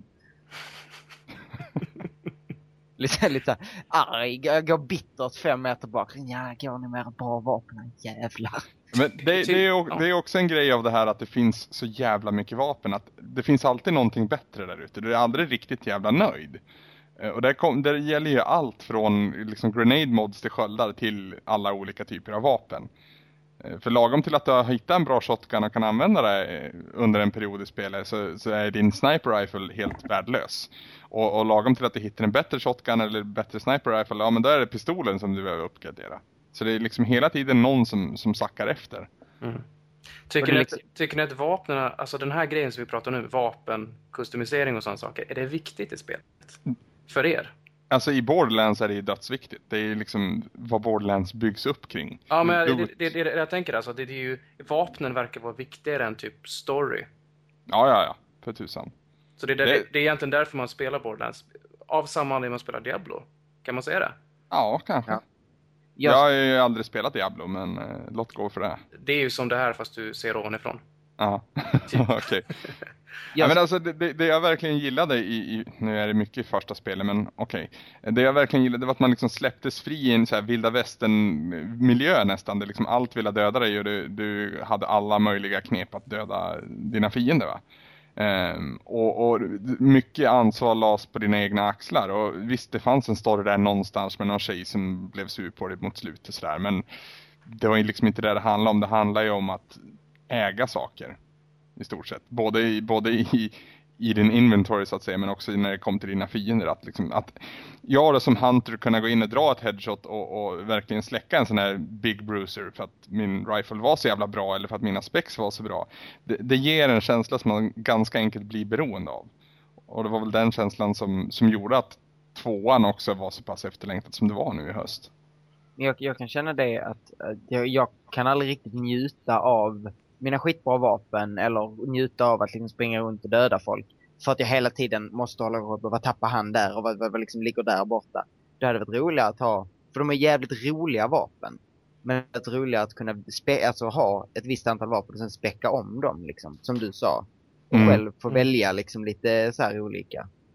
lite lite arg, jag går bittert fem meter bak. Ja, går ni med bra vapen, jävlar. Men det, det, är, det är också en grej av det här att det finns så jävla mycket vapen. Att det finns alltid någonting bättre där ute. Du är aldrig riktigt jävla nöjd. Och det, kom, det gäller ju allt från liksom grenade mods till sköldar till alla olika typer av vapen. För lagom till att du har hittat en bra shotgun och kan använda det under en period i spelet så, så är din sniper rifle helt värdelös. Och, och lagom till att du hittar en bättre shotgun eller bättre sniper rifle, ja men då är det pistolen som du behöver uppgradera. Så det är liksom hela tiden någon som, som sackar efter. Mm. Tycker, ni att, tycker ni att vapnen, alltså den här grejen som vi pratar om nu, vapen, kustomisering och sådana saker, är det viktigt i spelet? För er? Alltså i Borderlands är det ju dödsviktigt. Det är liksom vad Borderlands byggs upp kring. Ja, men det, det, det, det jag tänker alltså, det, det är ju, vapnen verkar vara viktigare än typ story. Ja, ja, ja. För tusan. Så det är, där, Det- det... det är egentligen därför man spelar Borderlands. Av samma anledning man spelar Diablo. Kan man säga det? Ja, kanske. Ja. Jag Jag, har ju aldrig spelat Diablo, men eh, låt gå för det. Det är ju som det här fast du ser ovanifrån. Ja, Typ. okej. Ja, jag, men alltså det, det, det jag verkligen gillade i, i, nu är det mycket i första spelet, men okej. Det jag verkligen gillade var att man liksom släpptes fri i en så här vilda västern miljö nästan. Där liksom allt ville döda dig och du, du hade alla möjliga knep att döda dina fiender, va. Um, och, och mycket ansvar lades på dina egna axlar. Och visst, det fanns en story där någonstans med någon tjej som blev sur på dig mot slutet sådär. Men det var ju liksom inte det det handlade om. Det handlar ju om att äga saker i stort sett. Både i, både i, i din inventory så att säga, men också när det kom till dina fiender. Att, liksom, att jag då som hunter kunna gå in och dra ett headshot och, och verkligen släcka en sån här big bruiser för att min rifle var så jävla bra eller för att mina specs var så bra. Det, det ger en känsla som man ganska enkelt blir beroende av. Och det var väl den känslan som, som gjorde att tvåan också var så pass efterlängtat som det var nu i höst. jag, jag kan känna det att, att jag, jag kan aldrig riktigt njuta av mina skitbra vapen eller njuta av att liksom springa runt och döda folk. För att jag hela tiden måste hålla koll på vad tappar han där och vad, vad, vad liksom ligger där borta. Det hade varit roligare att ha, för de är jävligt roliga vapen. Men det är roligare att kunna spe, alltså ha ett visst antal vapen och sen späcka om dem liksom, som du sa. Och Mm. själv få välja liksom lite så här olika.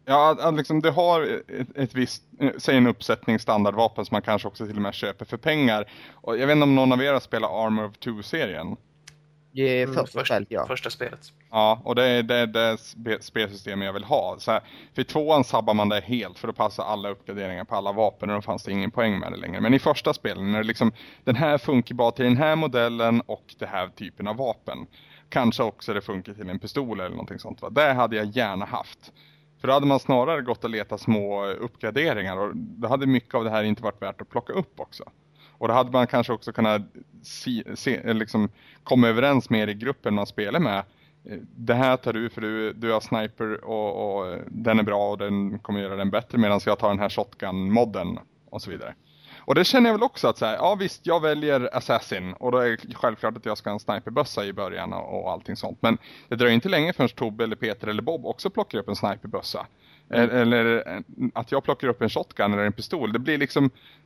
Ja, att liksom det har ett, ett visst, säg en uppsättning standardvapen som man kanske också till och med köper för pengar. Och jag vet inte om någon av er har spelat Armor of Two-serien. Det är Mm, första första, spelet, ja. första spelet. Ja, och det är det, det spe- spelsystem jag vill ha. Så här, för i tvåan sabbar man det helt för att passa alla uppgraderingar på alla vapen och då fanns det ingen poäng med det längre. Men i första spelen är det liksom, den här funkar bara till den här modellen och den här typen av vapen. Kanske också det funkar till en pistol eller någonting sånt. Va? Det hade jag gärna haft. För då hade man snarare gått och leta små uppgraderingar och då hade mycket av det här inte varit värt att plocka upp också. Och då hade man kanske också kunnat se, se, liksom, komma överens med i gruppen man spelar med. Det här tar du för du, du har sniper och, och den är bra och den kommer göra den bättre medan jag tar den här shotgun-modden och så vidare. Och det känner jag väl också att så här, ja visst jag väljer Assassin och då är det självklart att jag ska ha en sniperbössa i början och, och allting sånt. Men det dröjer inte länge förrän Tobbe eller Peter eller Bob också plockar upp en sniperbössa. Mm. Eller att jag plockar upp en shotgun eller en pistol. Det blir liksom,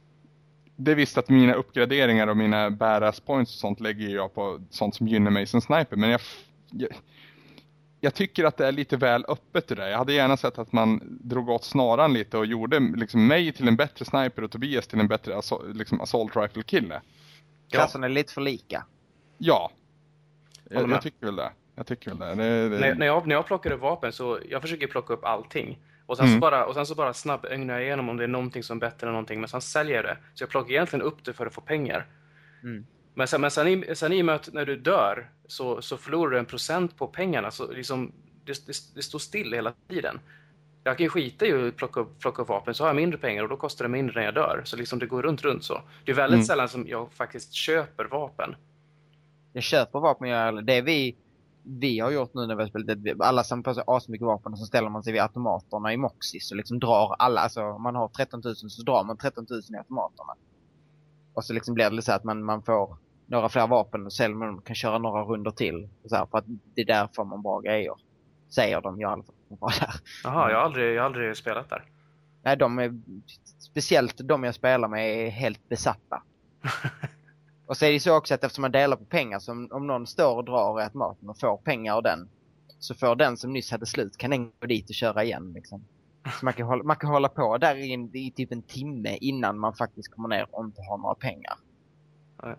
det är visst att mina uppgraderingar och mina badass points och sånt lägger jag på sånt som gynnar mig som sniper. Men jag, jag, jag tycker att det är lite väl öppet det där. Jag hade gärna sett att man drog åt snaran lite och gjorde liksom mig till en bättre sniper och Tobias till en bättre assault, liksom assault rifle kille. Klasserna är lite för lika. Ja, jag, Håller med. jag tycker väl det. Jag tycker väl det. det, det... När, när, jag, när jag plockar upp vapen så jag försöker plocka upp allting. Och sen, Mm. så bara, och sen så bara snabbt ögnar jag igenom om det är någonting som är bättre än någonting. Men sen säljer jag det. Så jag plockar egentligen upp det för att få pengar. Mm. Men sen, men sen, i, sen i och med att när du dör så, så förlorar du en procent på pengarna. Så liksom, det, det, det står still hela tiden. Jag kan ju skita i att plocka upp, plocka upp vapen så har jag mindre pengar och då kostar det mindre när jag dör. Så liksom det går runt runt så. Det är väldigt Mm. sällan som jag faktiskt köper vapen. Jag köper vapen, jag, det är vi vi har gjort nu när vi har spelat det, alla samlar på sig asmycket vapen och så ställer man sig vid automaterna i Moxis och liksom drar alla, alltså om man har tretton tusen så drar man tretton tusen i automaterna. Och så liksom blir det så att man, man får några fler vapen och säljer man kan köra några runder till och så här, för att det är där får man bra grejer. Säger de ju i alla fall där. Jaha, jag har aldrig, jag har aldrig spelat där. Nej, de är speciellt de jag spelar med är helt besatta. Och så är det så också att eftersom man delar på pengar, så om, om någon står och drar i automaten och får pengar av den, så får den som nyss hade slut kan den gå dit och köra igen liksom. Så man kan hålla, man kan hålla på där i, en, i typ en timme innan man faktiskt kommer ner och inte har några pengar. Ja.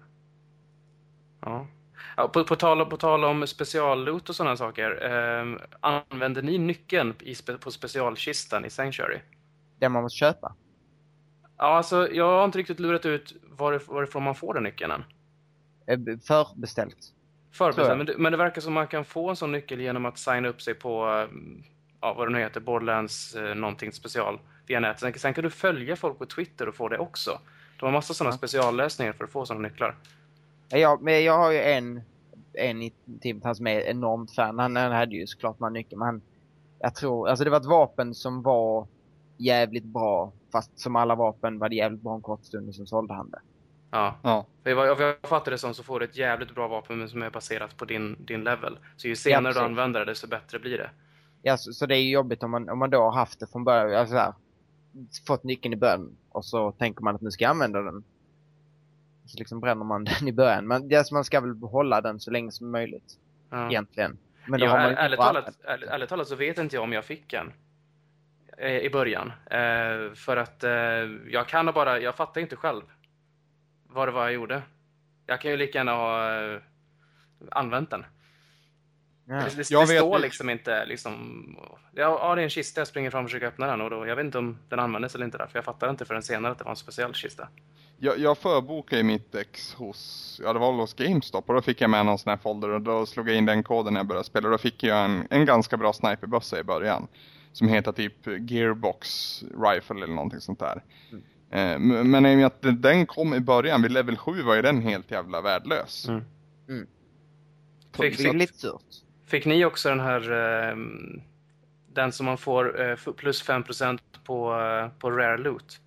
Ja. Ja, på, på, tal, på tal om specialloot och sådana saker. Eh, använder ni nyckeln i spe, på specialkistan i Sanctuary? Det man måste köpa. Ja, alltså jag har inte riktigt lurat ut varif- varifrån man får den nyckeln än. Eh, Förbeställt. Förbeställt, men det, men det verkar som man kan få en sån nyckel genom att signa upp sig på, eh, ja, vad det nu heter, Borderlands eh, någonting special via nätet. Sen, sen kan du följa folk på Twitter och få det också. De har massa sådana Ja. speciallösningar för att få sådana nycklar. Ja, men jag har ju en, en i teamet, han som är enormt fan. Han, han hade ju såklart några nyckeln, men han, jag tror, alltså det var ett vapen som var jävligt bra, fast som alla vapen var det jävligt bra en kort stund och så sålde han det. Ja. Ja. För vad jag, vad jag fattar det som så får du ett jävligt bra vapen men som är baserat på din, din level. Så ju senare Ja, du precis. använder det, desto bättre blir det. Ja, så, så det är ju jobbigt om man, om man då har haft det från början, alltså så här, fått nyckeln i början och så tänker man att nu ska jag använda den. Så liksom bränner man den i början. Men alltså, man ska väl behålla den så länge som möjligt, Ja. egentligen. Men då Ja, har man är, ju ärligt, bra talat, ärligt, ärligt talat så vet inte jag om jag fick en eh, i början. Eh, för att eh, jag kan bara, jag fattar inte själv vad det var jag gjorde. Jag kan ju lika gärna ha eh, använt den. Ja. Det, det, Jag det vet står ju- liksom inte liksom, ja, ja, det är en kista, jag springer fram och försöker öppna den och då, jag vet inte om den användes eller inte där, för jag fattade inte förrän senare att det var en speciell kista. Jag, jag förbokade mitt ex hos, ja det var hos GameStop och då fick jag med någon sån här folder och då slog jag in den koden när jag började spela och då fick jag en, en ganska bra sniperbössa i början. Som heter typ Gearbox Rifle eller någonting sånt där. Mm. Eh, m- men i och med att den kom i början, vid level sju var ju den helt jävla värdelös. Mm. Mm. Fick, Det är fick, lite surt. fick ni också den här eh, den som man får eh, f- plus fem procent på, eh, på rare loot?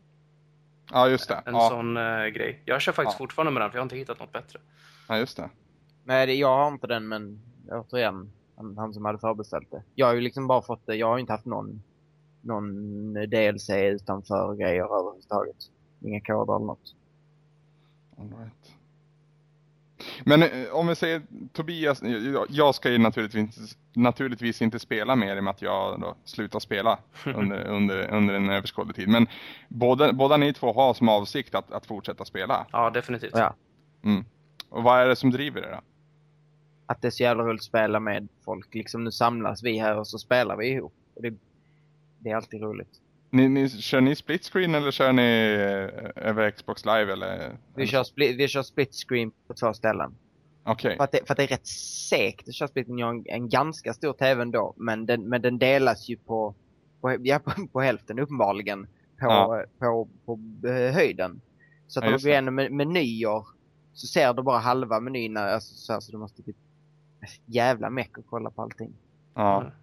Ja just det. En Ja, sån eh, grej. Jag kör faktiskt Ja. fortfarande med den för jag har inte hittat något bättre. ja just det. Nej, det, jag har inte den, men återigen, han, han som hade förbeställt det. Jag har ju liksom bara fått det, jag har ju inte haft någon, någon D L C utanför grejer överhuvudtaget. Inga koder eller något. All right. Men eh, om vi säger Tobias, jag, jag ska ju naturligtvis, naturligtvis inte spela mer i och med att jag då slutar spela under, under, under en överskådlig tid. Men båda, båda ni två har som avsikt att, att fortsätta spela. Ja, definitivt. Ja. Mm. Och vad är det som driver det då? Att det är så jävla roligt att spela med folk. Liksom nu samlas vi här och så spelar vi ihop. Och det, det är alltid roligt. Ni, ni, kör ni split screen eller kör ni eh, över Xbox Live? Eller, Vi, eller kör, split, vi kör split screen på två ställen. Okej. För, att det, för att det är rätt segt. Det kör split en, en ganska stor tv ändå. Men den, men den delas ju på, på, ja, på, på hälften uppenbarligen. På, Ja. på, på, på eh, höjden. Så att Ja, om du just går det. igenom men- menyer så ser du bara halva menyerna. Alltså, så, här, så du måste typ jävla meck och kolla på allting. Ja, Mm.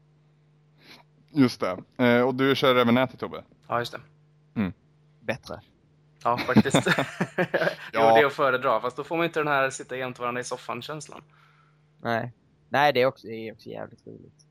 just det. Eh, och du kör över nätet, Tobbe? Ja, just det. Bättre. Ja, faktiskt. Jo, Ja. det är att föredra. Fast då får man inte den här sitta jämte varandra i soffan-känslan. Nej. Nej, det är också, det är också jävligt roligt.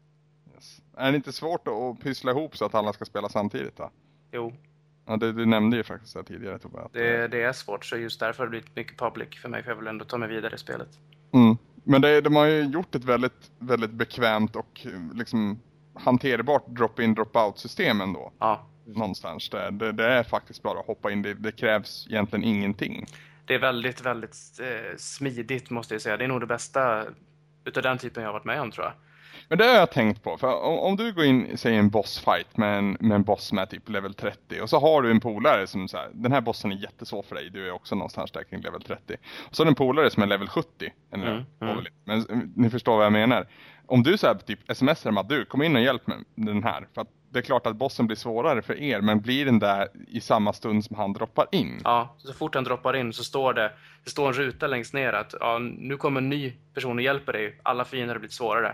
Yes. Är det inte svårt att pyssla ihop så att alla ska spela samtidigt då? Jo, Ja, du, du nämnde ju faktiskt det tidigare, Tobbe. Att, det, det är svårt. Så just därför har det blivit mycket public för mig. För jag vill ändå ta mig vidare i spelet. Mm. Men det, de har ju gjort ett väldigt, väldigt bekvämt och eh, liksom hanterbart drop-in, drop-out system ändå. Ja, Någonstans. Det, det, det är faktiskt bara att hoppa in. Det, det krävs egentligen ingenting. det är väldigt, väldigt eh, smidigt måste jag säga. Det är nog det bästa utav den typen jag har varit med om, tror jag. Men det har jag tänkt på. För om, om du går in, säg en bossfight med en, med en boss med typ level trettio. Och så har du en polare som så här, den här bossen är jättesvår för dig. Du är också någonstans där kring level trettio. Och så har du en polare som är level sjuttio. Eller, Mm, mm. mm. Men eh, ni förstår vad jag menar. Om du så här, typ smsar med att du, kom in och hjälp med den här. För att det är klart att bossen blir svårare för er. Men blir den där i samma stund som han droppar in? Ja, så fort han droppar in så står det, det står en ruta längst ner att ja, nu kommer en ny person och hjälper dig. Alla fiender har blivit svårare.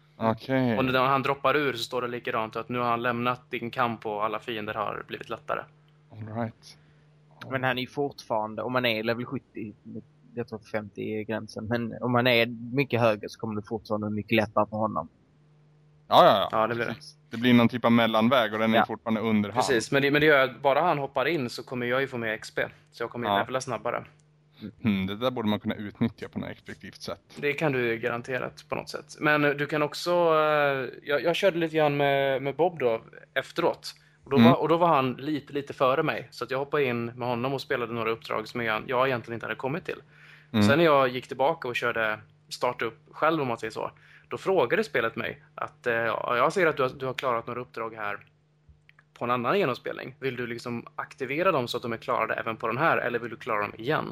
Okej. Och när han droppar ur så står det likadant att nu har han lämnat din kamp och alla fiender har blivit lättare. All right. Men han är ju fortfarande, om man är level sjuttio, jag tror femtio är gränsen. Men om man är mycket högre så kommer det fortfarande mycket lättare för honom. Ja, ja, ja. Ja, det blir det. Det blir någon typ av mellanväg och den är Ja. fortfarande under hand. Precis, men det, men det gör att bara han hoppar in så kommer jag ju få mer X P. Så jag kommer ju Ja. levela snabbare. Mm, det där borde man kunna utnyttja på något effektivt sätt. Det kan du garanterat på något sätt. Men du kan också... eh, Jag, jag körde lite grann med, med Bob då efteråt. Och då, Mm. var, och då var han lite, lite före mig. Så att jag hoppade in med honom och spelade några uppdrag som jag, jag egentligen inte hade kommit till. Mm. Sen när jag gick tillbaka och körde startup själv, om man säger så. Då frågade spelet mig att eh, ja, jag ser att du har, du har klarat några uppdrag här på en annan genomspelning. Vill du liksom aktivera dem så att de är klarade även på den här? Eller vill du klara dem igen?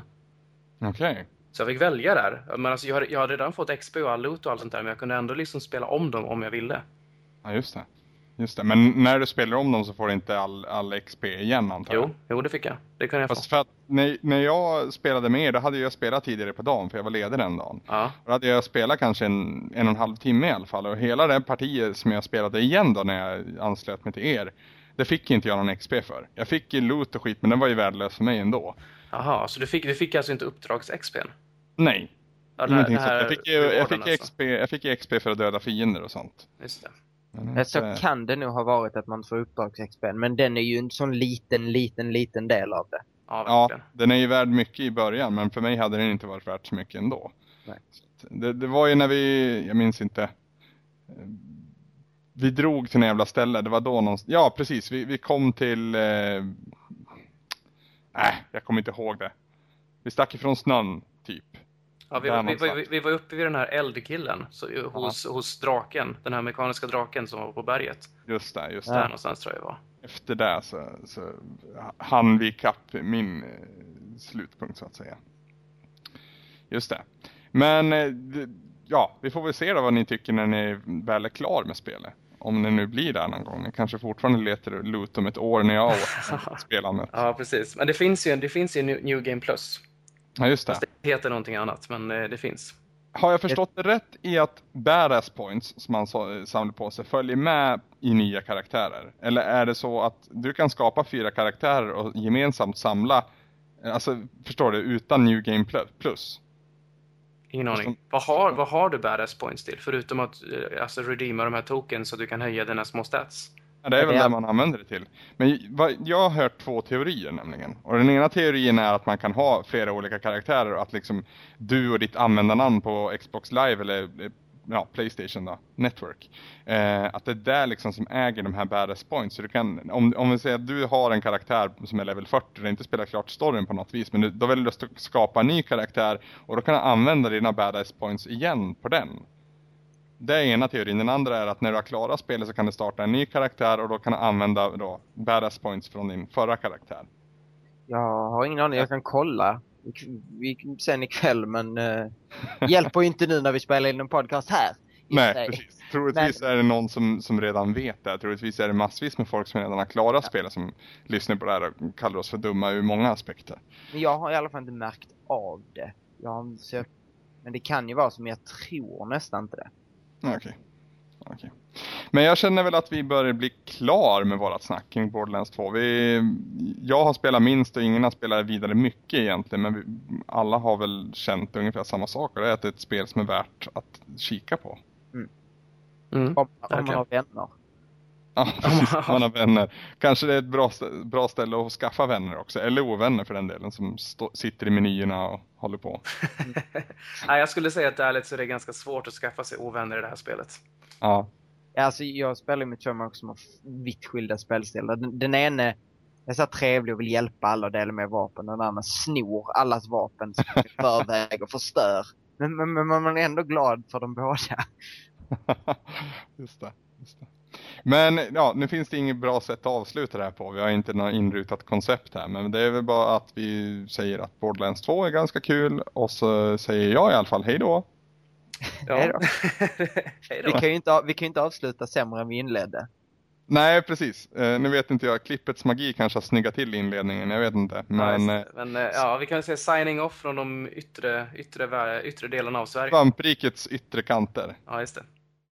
Okej. Så jag fick välja där. Men alltså, jag, hade, jag hade redan fått X P och all loot och allt sånt där. Men jag kunde ändå liksom spela om dem om jag ville. Ja, just det. Just det. Men när du spelar om dem så får du inte all, all X P igen, antar jag. Jo, jo, det fick jag. Det kunde jag få. Fast för att när, när jag spelade med er, då hade jag spelat tidigare på dagen, för jag var ledig den dagen. Ja, Och då hade jag spelat kanske en, en och en halv timme i alla fall. Och hela det partiet som jag spelade igen då när jag anslöt mig till er, det fick inte jag någon X P för. Jag fick ju loot och skit, men den var ju värdelös för mig ändå. jaha. Så du fick, du fick alltså inte uppdrags-X P? Nej. Ja, Ingenting sånt. Jag fick, ju- jag rewarden fick, ju X P, jag fick ju X P för att döda fiender och sånt. Just det. Men Ja, så inte- kan det nog ha varit att man får uppdrags-X P. Men den är ju en sån liten, liten, liten del av det. Ja, Ja, verkligen. den är ju värd mycket i början, men för mig hade den inte varit värt så mycket ändå. Nej. Så att det, det var ju när vi, jag minns inte, eh, vi drog till en jävla ställe, det var då någonstans, ja precis, vi, vi kom till, eh, nej, jag kommer inte ihåg det. Vi stack ifrån snön, typ. Ja, vi, Där vi, vi, någonstans. vi, vi var uppe vid den här eldkillen. Så, ju- hos, hos draken. Den här mekaniska draken som var på berget. Just det, just Där det. någonstans tror jag det var. Efter det så, så hann vi kapp min eh, slutpunkt så att säga. Just det. Men eh, d- ja, vi får väl se då vad ni tycker när ni väl är klar med spelet. Om ni nu blir där någon gång. Ni kanske fortfarande letar loot om ett år när jag har spelandet. Ja, precis. Men det finns ju, det finns ju New, New Game Plus. Ja, just det. Fast det heter någonting annat, men eh, det finns. Har jag förstått det rätt i att badass points som man så- samlar på sig följer med i nya karaktärer? Eller är det så att du kan skapa fyra karaktärer och gemensamt samla, alltså förstår du, utan New Game Plus? Ingen aning. Vad har, vad har du badass points till? Förutom att eh, alltså, redeema de här tokens så att du kan höja dina små stats. Ja, det är Ja, väl det är- det man använder det till. Men vad- jag har hört två teorier nämligen. Och den ena teorin är att man kan ha flera olika karaktärer och att liksom du och ditt användarnamn på Xbox Live eller eh, ja, PlayStation då, Network. Eh, att det är där liksom som äger de här badass points. Så du kan, om, om vi säger att du har en karaktär som är level fyrtio och inte spelar klart storyn på något vis. Men du, då vill du st- skapa en ny karaktär och då kan du använda dina badass points igen på den. Det är ena teorin. Den andra är att när du har klarat spelet så kan du starta en ny karaktär och då kan du använda då badass points från din förra karaktär. Jag har ingen aning, jag kan kolla vi, sen ikväll, men uh, hjälper ju inte nu när vi spelar in en podcast här. Nej, Nej. precis. Troligtvis är det någon som, som redan vet det. Troligtvis är det massvis med folk som redan har klarat Ja. spelet som lyssnar på det här och kallar oss för dumma ur många aspekter. Men jag har i alla fall inte märkt av det. Jag har sökt, men det kan ju vara som jag tror nästan inte det. Okej. Okej. Men jag känner väl att vi börjar bli klar med vårat snack kring Borderlands två. Vi, jag har spelat minst och ingen har spelat vidare mycket egentligen. Men vi, alla har väl känt ungefär samma sak. Och det är att det är ett spel som är värt att kika på. Mm. Om, om man verkligen. har vänner. Ja, precis. Man har vänner. Kanske det är ett bra, stä- bra ställe att skaffa vänner också. Eller ovänner för den delen som stå, sitter i menyerna och håller på. Nej, jag skulle säga att ärligt så är det ganska svårt att skaffa sig ovänner i det här spelet. Ja. Ja, alltså jag spelar med Trevor som har vitt skilda spelstilar. Den, den ene är så här trevlig och vill hjälpa alla och dela med vapen. Den andra snor allas vapen som är i förväg och förstör. Men, men, men man är ändå glad för de båda. just det, just det. Men ja, nu finns det inget bra sätt att avsluta det här på. Vi har inte något inrutat koncept här. Men det är väl bara att vi säger att Borderlands två är ganska kul. Och så säger jag i alla fall hej då. Hej då. Hej Vi då. kan ju inte, vi kan ju inte avsluta sämre än vi inledde. Nej, precis. Eh, nu vet inte jag. Klippets magi kanske har snyggat till inledningen. Jag vet inte. Men Ja, eh, just det. Men eh, ja, vi kan säga signing off från de yttre, yttre, yttre delarna av Sverige. svamprikets yttre kanter. Ja, just det.